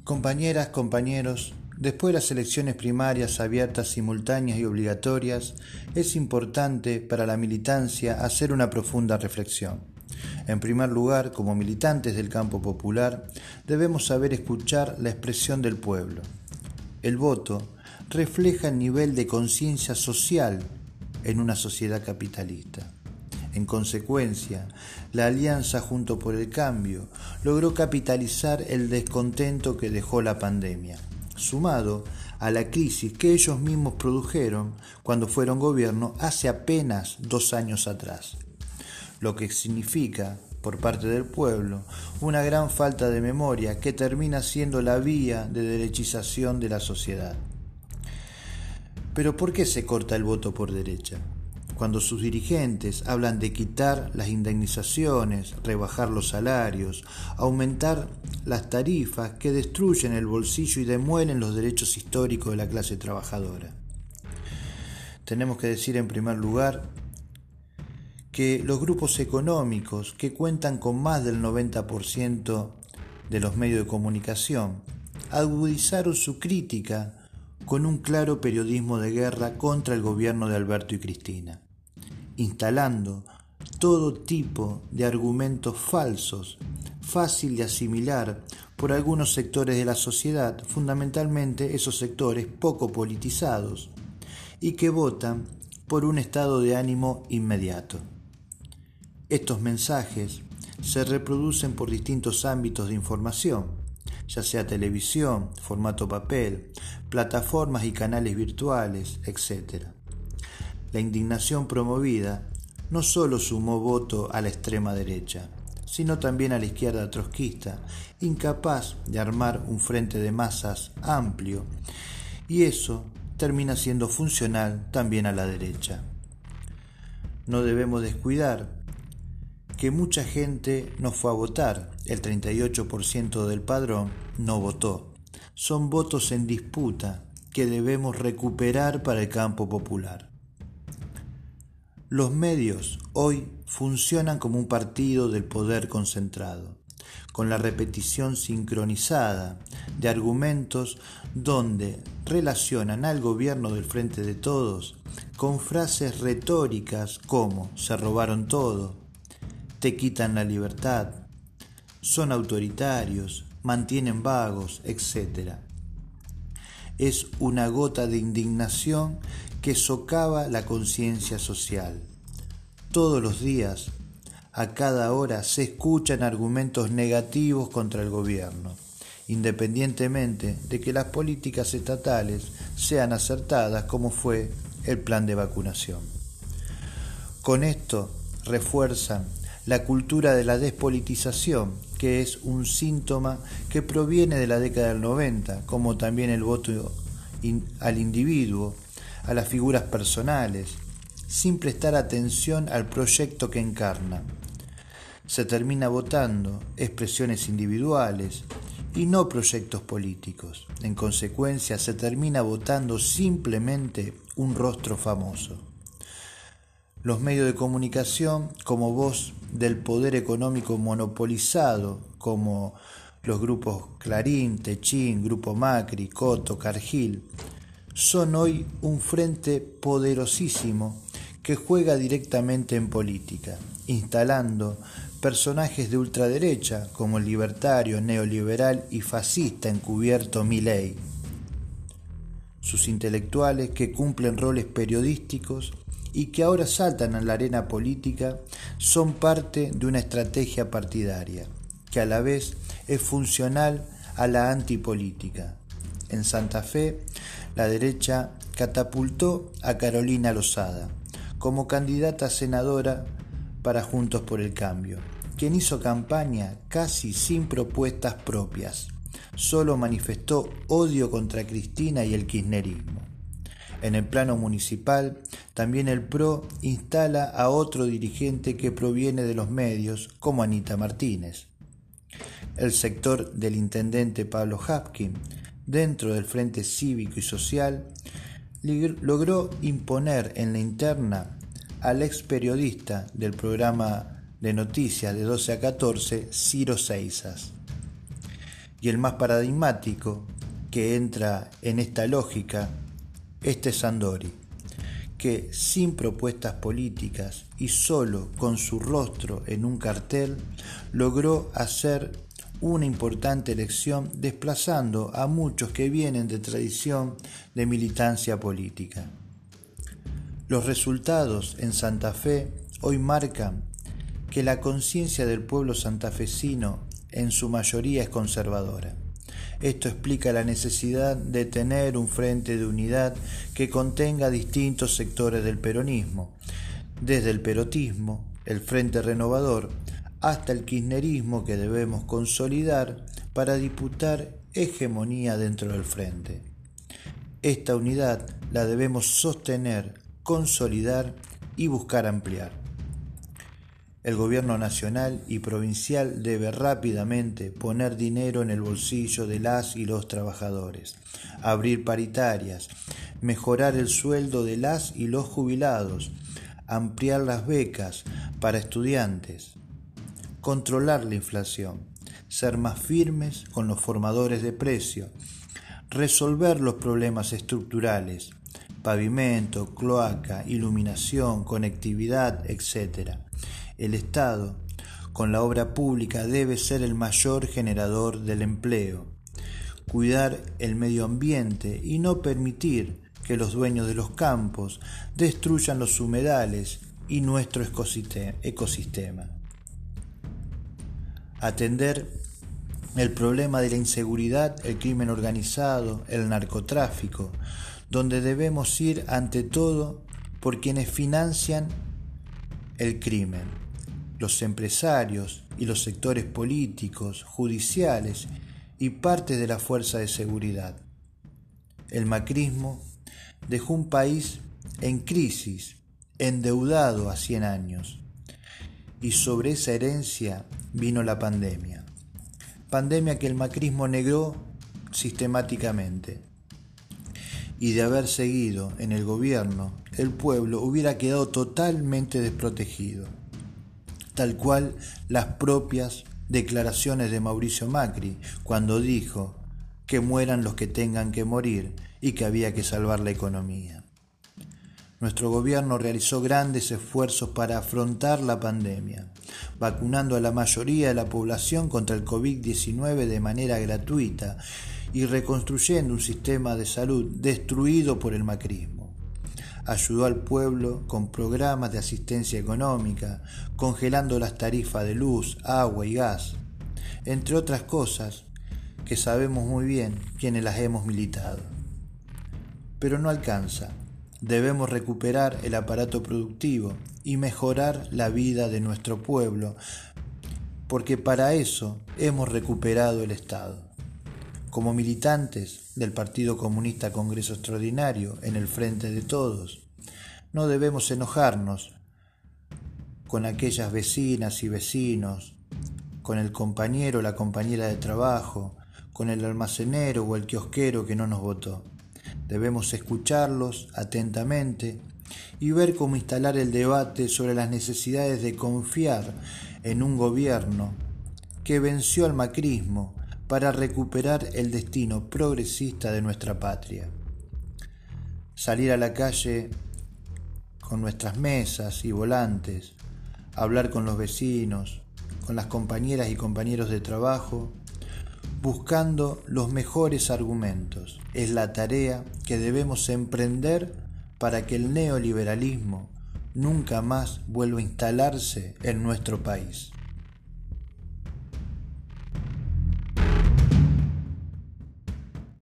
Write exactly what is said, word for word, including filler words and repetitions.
Compañeras, compañeros, después de las elecciones primarias abiertas, simultáneas y obligatorias, es importante para la militancia hacer una profunda reflexión. En primer lugar, como militantes del campo popular, debemos saber escuchar la expresión del pueblo. El voto refleja el nivel de conciencia social en una sociedad capitalista. En consecuencia, la Alianza Juntos por el Cambio logró capitalizar el descontento que dejó la pandemia, sumado a la crisis que ellos mismos produjeron cuando fueron gobierno hace apenas dos años atrás, lo que significa, por parte del pueblo, una gran falta de memoria que termina siendo la vía de derechización de la sociedad. Pero ¿por qué se corta el voto por derecha? Cuando sus dirigentes hablan de quitar las indemnizaciones, rebajar los salarios, aumentar las tarifas que destruyen el bolsillo y demuelen los derechos históricos de la clase trabajadora. Tenemos que decir en primer lugar que los grupos económicos que cuentan con más del noventa por ciento de los medios de comunicación agudizaron su crítica con un claro periodismo de guerra contra el gobierno de Alberto y Cristina, instalando todo tipo de argumentos falsos, fácil de asimilar por algunos sectores de la sociedad, fundamentalmente esos sectores poco politizados, y que votan por un estado de ánimo inmediato. Estos mensajes se reproducen por distintos ámbitos de información, ya sea televisión, formato papel, plataformas y canales virtuales, etcétera. La indignación promovida no solo sumó voto a la extrema derecha, sino también a la izquierda trotskista, incapaz de armar un frente de masas amplio, y eso termina siendo funcional también a la derecha. No debemos descuidar que mucha gente no fue a votar, el treinta y ocho por ciento del padrón no votó. Son votos en disputa que debemos recuperar para el campo popular. Los medios hoy funcionan como un partido del poder concentrado, con la repetición sincronizada de argumentos donde relacionan al gobierno del Frente de Todos con frases retóricas como "se robaron todo", "te quitan la libertad", "son autoritarios", "mantienen vagos", etcétera. Es una gota de indignación que socava la conciencia social. Todos los días, a cada hora, se escuchan argumentos negativos contra el gobierno, independientemente de que las políticas estatales sean acertadas, como fue el plan de vacunación. Con esto refuerzan la cultura de la despolitización, que es un síntoma que proviene de la década del noventa, como también el voto in, al individuo, a las figuras personales, sin prestar atención al proyecto que encarna. Se termina votando expresiones individuales y no proyectos políticos. En consecuencia, se termina votando simplemente un rostro famoso. Los medios de comunicación, como voz del poder económico monopolizado, como los grupos Clarín, Techín, Grupo Macri, Coto, Cargill, son hoy un frente poderosísimo que juega directamente en política, instalando personajes de ultraderecha como el libertario, neoliberal y fascista encubierto Milei. Sus intelectuales que cumplen roles periodísticos y que ahora saltan a la arena política son parte de una estrategia partidaria, que a la vez es funcional a la antipolítica. En Santa Fe, la derecha catapultó a Carolina Lozada como candidata a senadora para Juntos por el Cambio, quien hizo campaña casi sin propuestas propias, solo manifestó odio contra Cristina y el kirchnerismo. En el plano municipal, también el P R O instala a otro dirigente que proviene de los medios, como Anita Martínez. El sector del intendente Pablo Hapkin, dentro del Frente Cívico y Social, logró imponer en la interna al ex periodista del programa de noticias de doce a catorce, Ciro Seisas. Y el más paradigmático que entra en esta lógica es Tessandori, que sin propuestas políticas y solo con su rostro en un cartel logró hacer una importante elección desplazando a muchos que vienen de tradición de militancia política. Los resultados en Santa Fe hoy marcan que la conciencia del pueblo santafesino en su mayoría es conservadora. Esto explica la necesidad de tener un frente de unidad que contenga distintos sectores del peronismo, desde el perotismo, el Frente Renovador, hasta el kirchnerismo que debemos consolidar para disputar hegemonía dentro del frente. Esta unidad la debemos sostener, consolidar y buscar ampliar. El gobierno nacional y provincial debe rápidamente poner dinero en el bolsillo de las y los trabajadores, abrir paritarias, mejorar el sueldo de las y los jubilados, ampliar las becas para estudiantes, controlar la inflación, ser más firmes con los formadores de precio, resolver los problemas estructurales, pavimento, cloaca, iluminación, conectividad, etcétera. El Estado, con la obra pública, debe ser el mayor generador del empleo, cuidar el medio ambiente y no permitir que los dueños de los campos destruyan los humedales y nuestro ecosistema. Atender el problema de la inseguridad, el crimen organizado, el narcotráfico, donde debemos ir ante todo por quienes financian el crimen, los empresarios y los sectores políticos, judiciales y partes de la fuerza de seguridad. El macrismo dejó un país en crisis, endeudado a cien años, y sobre esa herencia vino la pandemia. Pandemia que el macrismo negó sistemáticamente. Y de haber seguido en el gobierno, el pueblo hubiera quedado totalmente desprotegido, tal cual las propias declaraciones de Mauricio Macri cuando dijo que mueran los que tengan que morir y que había que salvar la economía. Nuestro gobierno realizó grandes esfuerzos para afrontar la pandemia, vacunando a la mayoría de la población contra el covid diecinueve de manera gratuita y reconstruyendo un sistema de salud destruido por el macrismo. Ayudó al pueblo con programas de asistencia económica, congelando las tarifas de luz, agua y gas, entre otras cosas que sabemos muy bien quienes las hemos militado. Pero no alcanza. Debemos recuperar el aparato productivo y mejorar la vida de nuestro pueblo, porque para eso hemos recuperado el Estado. Como militantes del Partido Comunista Congreso Extraordinario en el Frente de Todos, no debemos enojarnos con aquellas vecinas y vecinos, con el compañero o la compañera de trabajo, con el almacenero o el kiosquero que no nos votó. Debemos escucharlos atentamente y ver cómo instalar el debate sobre las necesidades de confiar en un gobierno que venció al macrismo para recuperar el destino progresista de nuestra patria. Salir a la calle con nuestras mesas y volantes, hablar con los vecinos, con las compañeras y compañeros de trabajo, buscando los mejores argumentos. Es la tarea que debemos emprender para que el neoliberalismo nunca más vuelva a instalarse en nuestro país.